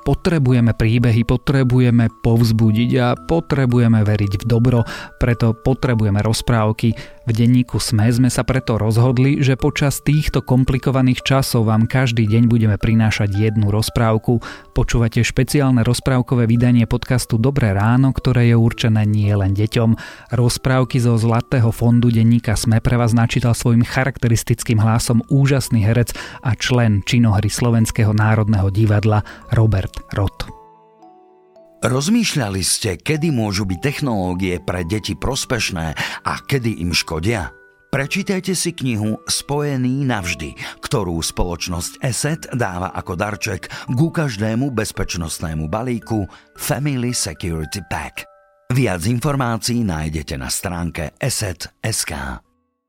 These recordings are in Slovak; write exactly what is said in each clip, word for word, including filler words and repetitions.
potrebujeme príbehy, potrebujeme povzbudiť a potrebujeme veriť v dobro, preto potrebujeme rozprávky. V denníku SME sme sa preto rozhodli, že počas týchto komplikovaných časov vám každý deň budeme prinášať jednu rozprávku. Počúvate špeciálne rozprávkové vydanie podcastu Dobré ráno, ktoré je určené nie len deťom. Rozprávky zo zlatého fondu denníka SME pre vás načítal svojim charakteristickým hlasom úžasný herec a člen činohry Slovenského národného divadla Robert Roth. Rozmýšľali ste, kedy môžu byť technológie pre deti prospešné a kedy im škodia? Prečítajte si knihu Spojený navždy, ktorú spoločnosť ESET dáva ako darček ku každému bezpečnostnému balíku Family Security Pack. Viac informácií nájdete na stránke eset bodka es ká.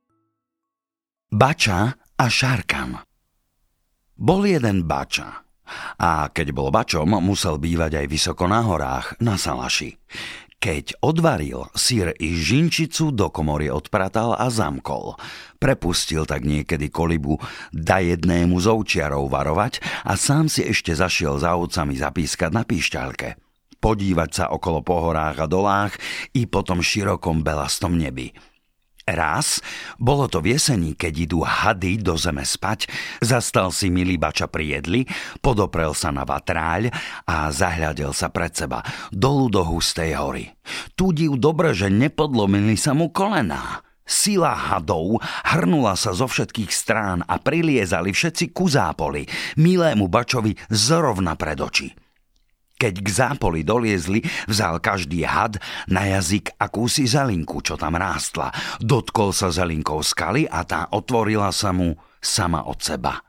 Bača a Šarkan. Bol jeden bača. A keď bol bačom, musel bývať aj vysoko na horách, na salaši. Keď odvaril, syr i žinčicu do komory odpratal a zamkol. Prepustil tak niekedy kolibu da jednému z ovčiarov varovať a sám si ešte zašiel za ovcami zapískať na píšťalke. Podívať sa okolo po horách a dolách i po tom širokom belastom nebi. Raz, bolo to v jeseni, keď idú hady do zeme spať, zastal si milý bača pri jedli, podoprel sa na vatráľ a zahľadel sa pred seba, dolu do hustej hory. Tu div dobre, že nepodlomili sa mu kolená. Sila hadov hrnula sa zo všetkých strán a priliezali všetci ku zápoli, milému bačovi zrovna pred oči. Keď k zápoli doliezli, vzal každý had na jazyk akúsi zelinku, čo tam rástla. Dotkol sa zelinkou skaly a tá otvorila sa mu sama od seba.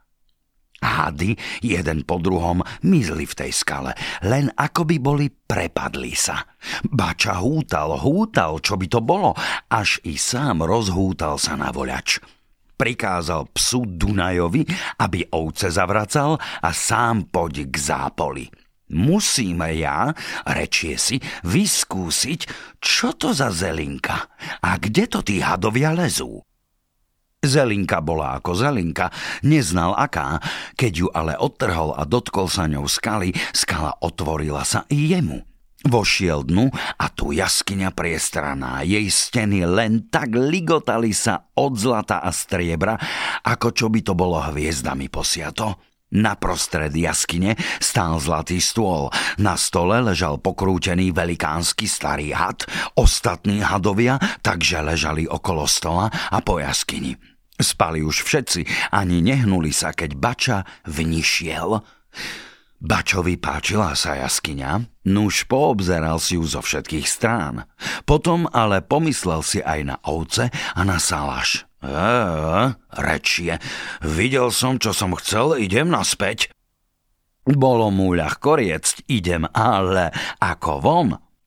Hady, jeden po druhom, mizli v tej skale, len akoby boli prepadli sa. Bača hútal, hútal, čo by to bolo, až i sám rozhútal sa na voľač. Prikázal psu Dunajovi, aby ovce zavracal a sám poď k zápoli. Musíme ja, rečie si, vyskúsiť, čo to za zelinka a kde to tí hadovia lezú. Zelinka bola ako zelinka, neznal aká, keď ju ale odtrhol a dotkol sa ňou skaly, skala otvorila sa i jemu. Vošiel dnu a tu jaskyňa priestraná, jej steny len tak ligotali sa od zlata a striebra, ako čo by to bolo hviezdami posiato. Naprostred jaskyne stál zlatý stôl. Na stole ležal pokrútený velikánsky starý had. Ostatní hadovia takže ležali okolo stola a po jaskyni. Spali už všetci, ani nehnuli sa, keď bača vnišiel. Bačovi páčila sa jaskyňa, nuž poobzeral si ju zo všetkých strán. Potom ale pomyslel si aj na ovce a na salaš. Eee, rečie, videl som, čo som chcel, idem naspäť. Bolo mu ľahko riecť, idem, ale ako von?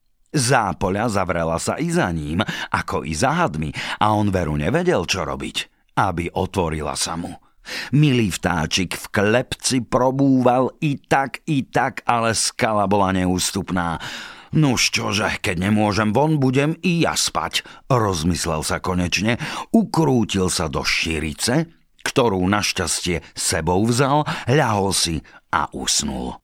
Zápoľa zavrela sa i za ním, ako i za hadmi, a on veru nevedel, čo robiť, aby otvorila sa mu. Milý vtáčik v klepci probúval i tak, i tak, ale skala bola neústupná. Nuž čože, keď nemôžem von, budem i ja spať, rozmyslel sa konečne, ukrútil sa do šírice, ktorú našťastie sebou vzal, ľahol si a usnul.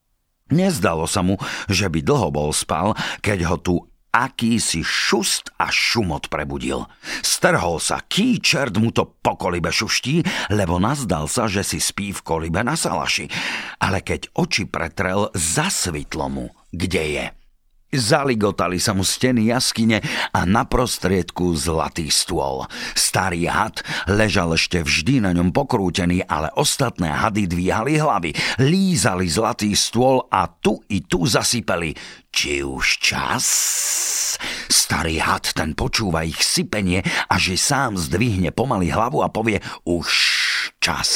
Nezdalo sa mu, že by dlho bol spal, keď ho tu akýsi šust a šumot prebudil. Strhol sa, ký čert mu to po kolibe šuští, lebo nazdal sa, že si spí v kolibe na salaši. Ale keď oči pretrel, zasvitlo mu, kde je. Zaligotali sa mu steny jaskyne a na prostriedku zlatý stôl. Starý had ležal ešte vždy na ňom pokrútený, ale ostatné hady dvíhali hlavy, lízali zlatý stôl a tu i tu zasypeli. Či už čas? Starý had ten počúva ich sypenie, až i sám zdvihne pomaly hlavu a povie už čas.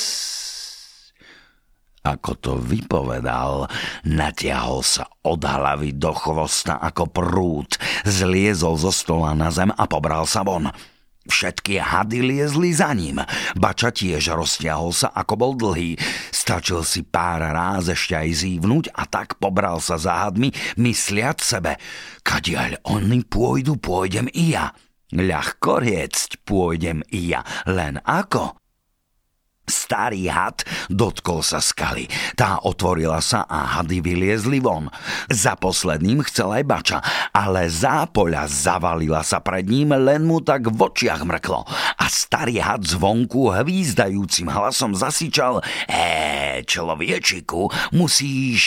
Ako to vypovedal, natiahol sa od hlavy do chvosta ako prúd, zliezol zo stola na zem a pobral sa von. Všetky hady liezli za ním. Bača tiež roztiahol sa, ako bol dlhý. Stačil si pár ráz ešte aj zívnuť a tak pobral sa za hadmi, mysliac sebe. Kadiaľ oni pôjdu, pôjdem i ja. Ľahko riecť, pôjdem i ja. Len ako? Starý had dotkol sa skaly. Tá otvorila sa a hady vyliezli von. Za posledným chcel aj Bača, ale zápoľa zavalila sa pred ním, len mu tak v očiach mrklo. A starý had zvonku hvízdajúcim hlasom zasičal: Hé, človečiku, musíš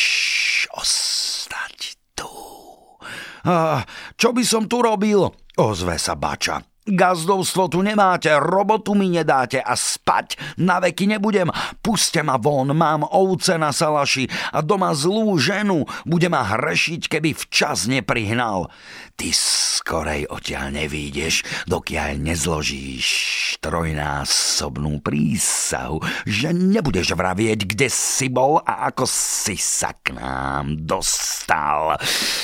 ostať tu. A čo by som tu robil? Ozve sa Bača. Gazdovstvo tu nemáte, robotu mi nedáte a spať na veky nebudem. Puste ma von, mám ovce na salaši a doma zlú ženu. Bude ma hrešiť, keby včas neprihnal. Ty skorej odtiaľ nevídeš, dokiaľ nezložíš trojnásobnú prísahu, že nebudeš vravieť, kde si bol a ako si sa k nám dostal.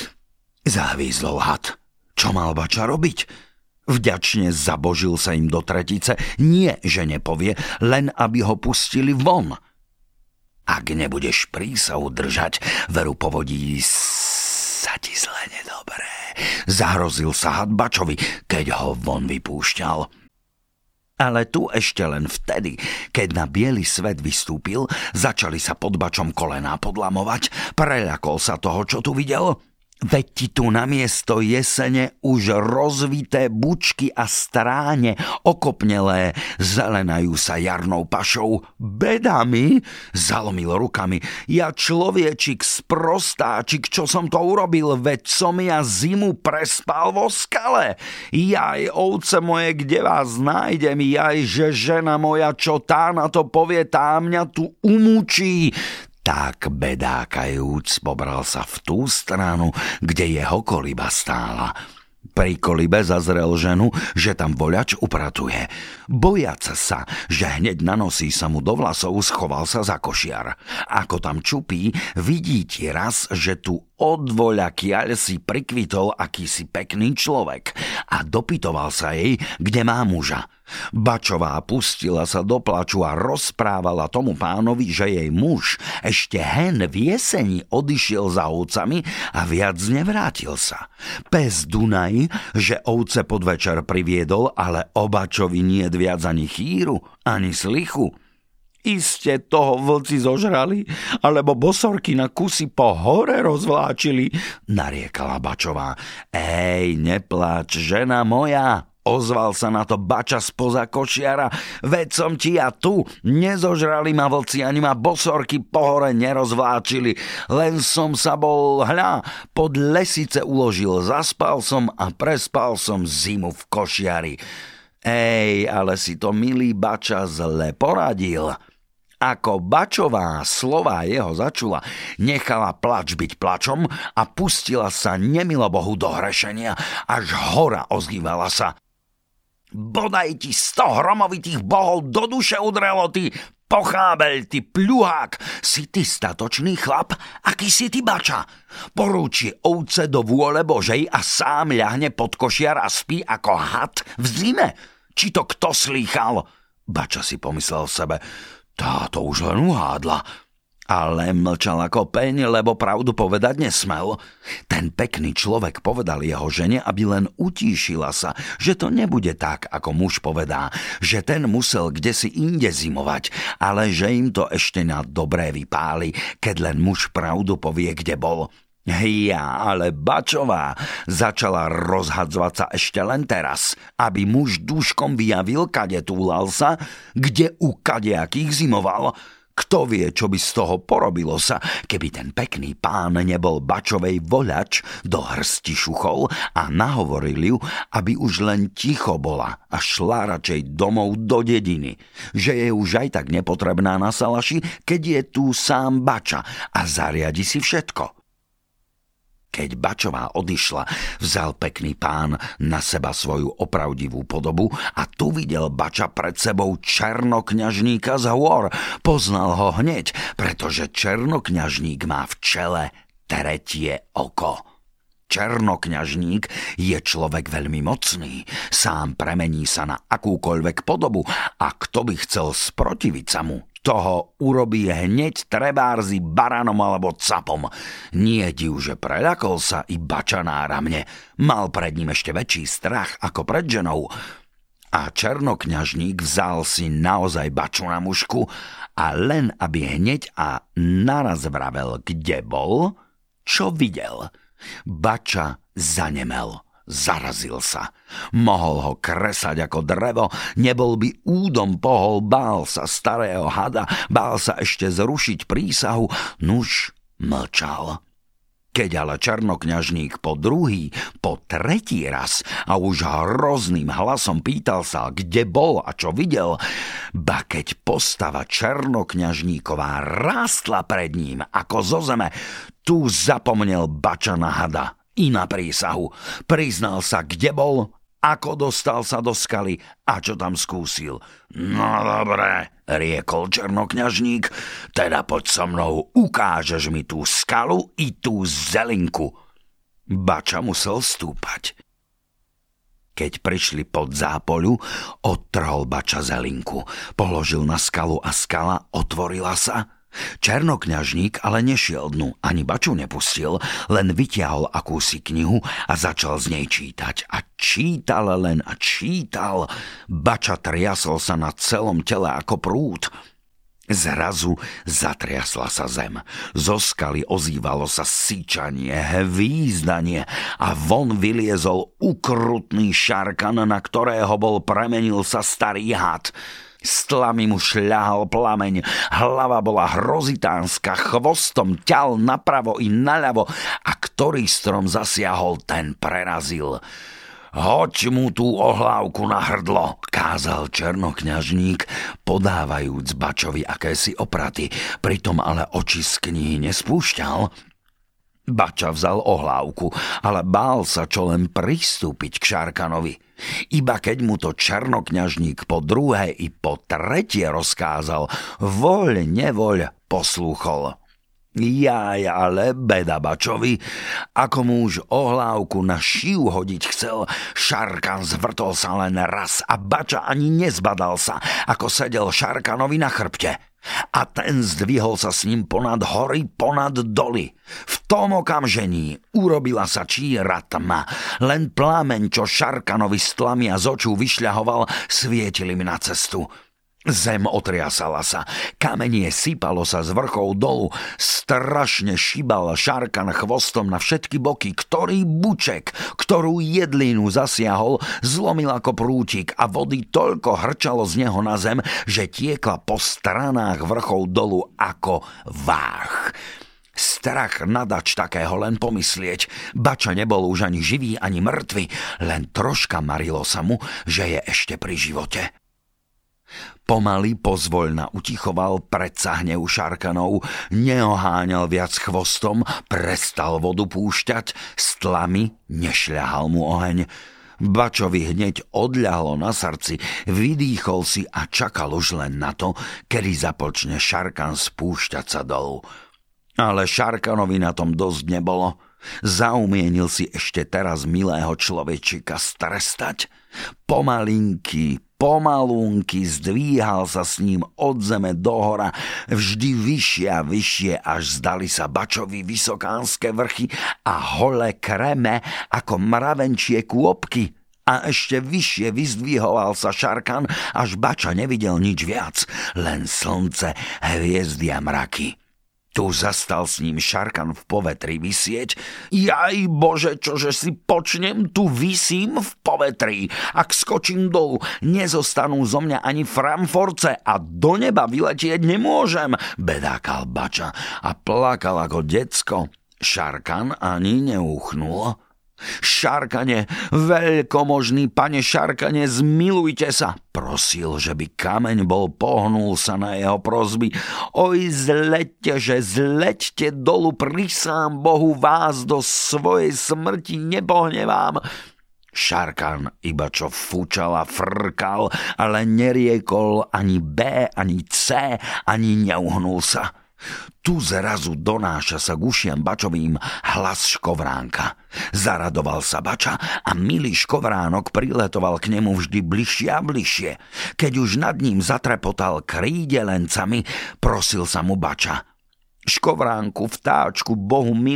Zahvízdol had. Čo mal Bača robiť? Vďačne zabožil sa im do tretice, nie, že nepovie, len aby ho pustili von. Ak nebudeš prísahu držať, veru povodí sa ti zle nedobré. Zahrozil sa had Bačovi, keď ho von vypúšťal. Ale tu ešte len vtedy, keď na biely svet vystúpil, začali sa pod Bačom kolená podlamovať, preľakol sa toho, čo tu videl. Veď ti tu namiesto jesene už rozvité bučky a stráne, okopnelé, zelenajú sa jarnou pašou. Bedami, zalomil rukami. Ja človečik, sprostáčik, čo som to urobil, veď som ja zimu prespal vo skale. Jaj, ovce moje, kde vás nájdem, jaj, že žena moja, čo tá na to povie, tá mňa tu umúčí. Tak bedákajúc pobral sa v tú stranu, kde jeho koliba stála. Pri kolibe zazrel ženu, že tam voľač upratuje. Bojaca sa, že hneď nanosí sa mu do vlasov, schoval sa za košiar. Ako tam čupí, vidí ti raz, že tu od voľakiaľ si prikvitol akýsi pekný človek a dopytoval sa jej, kde má muža. Bačová pustila sa do plaču a rozprávala tomu pánovi, že jej muž ešte hen v jeseni odišiel za ovcami a viac nevrátil sa. Pes Dunaj, že ovce podvečer priviedol, ale o Bačovi niet viac ani chýru, ani slichu. Iste toho vlci zožrali, alebo bosorky na kusy po hore rozvláčili, nariekala Bačová. Ej, nepláč, žena moja, ozval sa na to Bača spoza košiara. Veď som ti ja tu, nezožrali ma vlci, ani ma bosorky po hore nerozvláčili. Len som sa bol, hľa, pod lesice uložil, zaspal som a prespal som zimu v košiari. Ej, ale si to milý Bača zle poradil. Ako Bačová slová jeho začula, nechala plač byť plačom a pustila sa nemilo Bohu do hrešenia, až hora ozývala sa. Bodaj ti sto hromovitých bohov do duše udrelo, ty pochábeľ, ty pľuhák. Si ty statočný chlap? Aký si ty Bača? Porúči ovce do vôle Božej a sám ľahne pod košiar a spí ako had v zime? Či to kto slýchal? Bača si pomyslel v sebe. Táto už len uhádla. Ale mlčal ako peň, lebo pravdu povedať nesmel. Ten pekný človek povedal jeho žene, aby len utíšila sa, že to nebude tak, ako muž povedá, že ten musel kdesi inde zimovať, ale že im to ešte na dobré vypáli, keď len muž pravdu povie, kde bol. Ja, ale Bačová začala rozhadzovať sa ešte len teraz, aby muž dúškom vyjavil, kade túlal sa, kde u kadejakých zimoval. Kto vie, čo by z toho porobilo sa, keby ten pekný pán nebol Bačovej voľač do hrsti šuchol a nahovoril ju, aby už len ticho bola a šla radšej domov do dediny, že je už aj tak nepotrebná na salaši, keď je tu sám Bača a zariadi si všetko. Keď Bačová odišla, vzal pekný pán na seba svoju opravdivú podobu a tu videl Bača pred sebou černokňažníka z hôr. Poznal ho hneď, pretože černokňažník má v čele tretie oko. Černokňažník je človek veľmi mocný, sám premení sa na akúkoľvek podobu a kto by chcel sprotiviť sa mu, toho urobí hneď trebárzi baranom alebo capom. Nie div, že preľakol sa i Bača náramne. Mal pred ním ešte väčší strach ako pred ženou. A černokňažník vzal si naozaj baču na mušku a len aby hneď a naraz vravel, kde bol, čo videl. Bača zanemel, zarazil sa. Mohol ho kresať ako drevo, nebol by údom pohol, bál sa starého hada, bál sa ešte zrušiť prísahu, nuž mlčal. Keď ale černokňažník po druhý, po tretí raz a už hrozným hlasom pýtal sa, kde bol a čo videl, ba keď postava černokňažníková rástla pred ním ako zo zeme, tu zapomnel bača na hada i na prísahu. Priznal sa, kde bol, ako dostal sa do skaly a čo tam skúsil. No dobre, riekol černokňažník, teda poď so mnou, ukážeš mi tú skalu i tú zelinku. Bača musel stúpať. Keď prišli pod zápoľu, odtrhol bača zelinku, položil na skalu a skala otvorila sa. Černokňažník ale nešiel dnu, ani baču nepustil, len vytiahol akúsi knihu a začal z nej čítať. A čítal len a čítal. Bača triasol sa na celom tele ako prúd. Zrazu zatriasla sa zem. Zo skaly ozývalo sa syčanie, hvízdanie a von vyliezol ukrutný šarkan, na ktorého bol premenil sa starý had. Z tlamy mu šľahal plameň, hlava bola hrozitánska, chvostom ťal napravo i naľavo a ktorý strom zasiahol, ten prerazil. Hoď mu tú ohlávku na hrdlo, kázal černokňažník, podávajúc bačovi akési opraty, pritom ale oči z knihy nespúšťal. Bača vzal ohlávku, ale bál sa čo len pristúpiť k šarkanovi. Iba keď mu to černokňažník po druhé i po tretie rozkázal, voľ, nevoľ, poslúchol. Jaj, ale beda bačovi, ako mu už ohlávku na šiu hodiť chcel, šarkan zvrtol sa len raz a bača ani nezbadal sa, ako sedel šarkanovi na chrbte. A ten zdvihol sa s ním ponad hory, ponad doly. V tom okamžení urobila sa číra tma. Len plámeň, čo šarkanovi z tlamy a z očú vyšľahoval, svietili mi na cestu. Zem otriasala sa, kamenie sypalo sa z vrchov dolu, strašne šibal šarkan chvostom na všetky boky, ktorý buček, ktorú jedlinu zasiahol, zlomil ako prútik a vody toľko hrčalo z neho na zem, že tiekla po stranách vrchov dolu ako váh. Strach nadač takého len pomyslieť. Bača nebol už ani živý, ani mŕtvy, len troška marilo sa mu, že je ešte pri živote. Pomaly pozvoľna utichoval predsa hnev šarkanov, neoháňal viac chvostom, prestal vodu púšťať, s tlamy nešľahal mu oheň. Bačovi hneď odľahlo na srdci, vydýchol si a čakal už len na to, kedy započne šarkan spúšťať sa dolu. Ale šarkanovi na tom dosť nebolo. Zaumienil si ešte teraz milého človečika strestať. Pomalinky, pomalúnky zdvíhal sa s ním od zeme dohora, vždy vyššie a vyššie, až zdali sa bačovi vysokánske vrchy a holé kreme ako mravenčie kôpky. A ešte vyššie vyzdvihoval sa šarkan, až bača nevidel nič viac, len slnce, hviezdy a mraky. Tu zastal s ním šarkan v povetri visieť. Jaj Bože, čože si počnem, tu visím v povetri. Ak skočím dolu, nezostanú zo mňa ani framforce a do neba vyletieť nemôžem, bedákal bača a plakal ako decko. Šarkan ani neuchnul. Šarkane, veľkomožný pane Šarkane, zmilujte sa, prosil, že by kameň bol, pohnul sa na jeho prosby. Oj, zleďte, že zleďte dolu, prisám Bohu, vás do svojej smrti nepohnevám. Šarkan iba čo fúčal a frkal, ale neriekol ani B, ani C, ani neuhnul sa. Tu zrazu donáša sa k ušiam bačovým hlas škovránka. Zaradoval sa bača a milý škovránok priletoval k nemu vždy bližšie a bližšie. Keď už nad ním zatrepotal krídelencami, prosil sa mu bača. Škovránku, vtáčku, Bohu milý,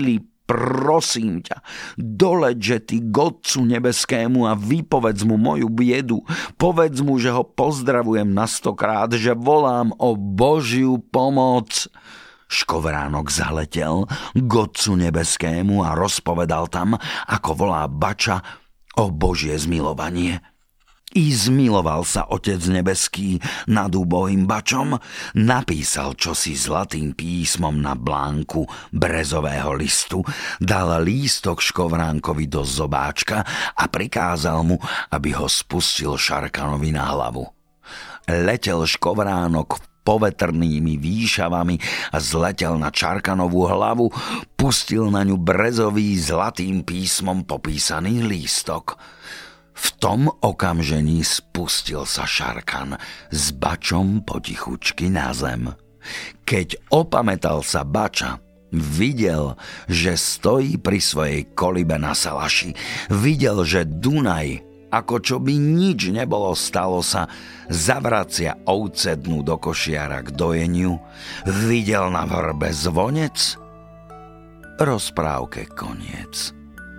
prosím ťa, doleď, že ty k Otcu nebeskému a vypovedz mu moju biedu. Povedz mu, že ho pozdravujem na stokrát, že volám o Božiu pomoc. Škovránok zaletel k Otcu nebeskému a rozpovedal tam, ako volá Bača o Božie zmilovanie. I zmiloval sa Otec nebeský nad úbohým Bačom, napísal čosi zlatým písmom na blánku brezového listu, dal lístok Škovránkovi do zobáčka a prikázal mu, aby ho spustil Šarkanovi na hlavu. Letel Škovránok povetrnými výšavami a zletel na Šarkanovú hlavu, pustil na ňu brezový zlatým písmom popísaný lístok. V tom okamžení spustil sa Šarkan s Bačom potichučky na zem. Keď opamätal sa Bača, videl, že stojí pri svojej kolibe na salaši. Videl, že Dunaj, ako čo by nič nebolo stalo sa, zavracia ovce dnu do košiara k dojeniu. Videl na vrbe zvonec. Rozprávke koniec.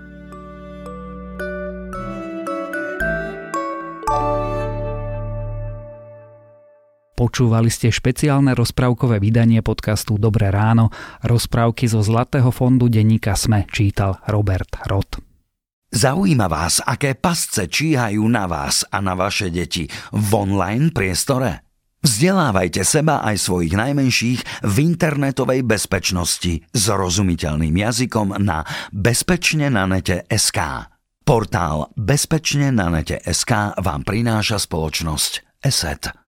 Počúvali ste špeciálne rozprávkové vydanie podcastu Dobré ráno. Rozprávky zo Zlatého fondu denníka SME čítal Robert Rod. Zaujíma vás, aké pasce číhajú na vás a na vaše deti v online priestore? Vzdelávajte seba aj svojich najmenších v internetovej bezpečnosti zrozumiteľným jazykom na bezpečne na nete bodka es ká. Portál bezpečne na nete bodka es ká vám prináša spoločnosť ESET.